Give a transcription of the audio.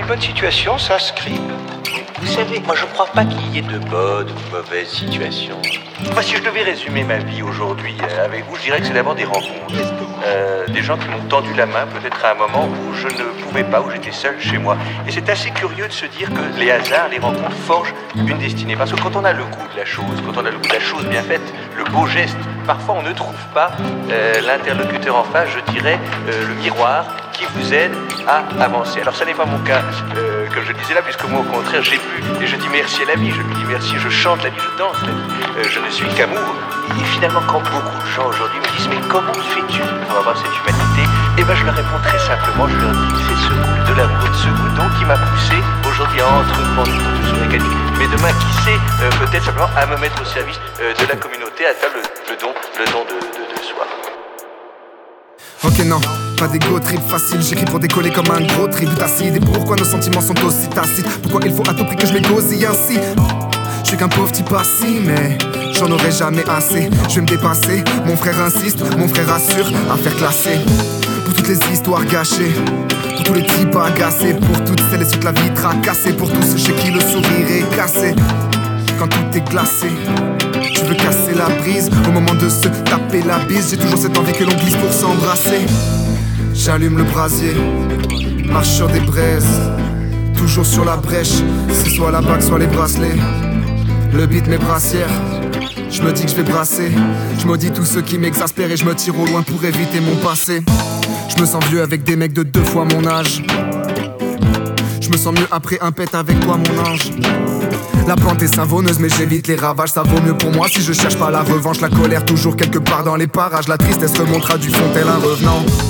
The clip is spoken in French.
bonne situation, ça, Scribe. Vous savez, moi je crois pas qu'il y ait de bonnes ou de mauvaises situations. Moi, si je devais résumer ma vie aujourd'hui avec vous, je dirais que c'est d'abord des rencontres. Des gens qui m'ont tendu la main, peut-être à un moment où je ne pouvais pas, où j'étais seul chez moi. Et c'est assez curieux de se dire que les hasards, les rencontres forgent une destinée. Parce que quand on a le goût de la chose, quand on a le goût de la chose bien faite, le beau geste, parfois on ne trouve pas l'interlocuteur en face, je dirais, le miroir qui vous aide à avancer. Alors ça n'est pas mon cas, comme je le disais là, puisque moi au contraire j'ai pu, et je dis merci à la vie, je lui dis merci, je chante la vie, je danse la vie, je ne suis qu'amour. Et finalement quand beaucoup de gens aujourd'hui me disent mais comment fais-tu pour avoir cette humanité, et ben je leur réponds très simplement, je leur dis c'est ce goût de l'amour, ce goût donc qui m'a poussé aujourd'hui à entreprendre une construction mécanique, mais demain qui sait peut-être simplement à me mettre au service de la communauté, à faire le don de soi. Ok non, pas d'ego trip facile, j'écris pour décoller comme un gros tribut acide. Et pourquoi nos sentiments sont aussi tacites? Pourquoi il faut à tout prix que je m'égosille ainsi? Je suis qu'un pauvre type assis, mais j'en aurai jamais assez. Je vais me dépasser, mon frère insiste, mon frère assure à faire classer. Pour toutes les histoires gâchées, pour tous les types agacés, pour toutes celles et ceux que la vie tracassée, pour tous ceux chez qui le sourire est cassé. Quand tout est glacé, tu veux casser la brise. Au moment de se taper la bise, j'ai toujours cette envie que l'on glisse pour s'embrasser. J'allume le brasier, marche sur des braises, toujours sur la brèche. C'est soit la bague, soit les bracelets. Le beat, mes brassières, je me dis que je vais brasser. Je maudis tous ceux qui m'exaspèrent et je me tire au loin pour éviter mon passé. Je me sens vieux avec des mecs de 2 fois mon âge. Je me sens mieux après un pet avec toi mon ange. La plante est savonneuse mais j'évite les ravages. Ça vaut mieux pour moi si je cherche pas la revanche. La colère toujours quelque part dans les parages. La tristesse remontera du fond tel un revenant.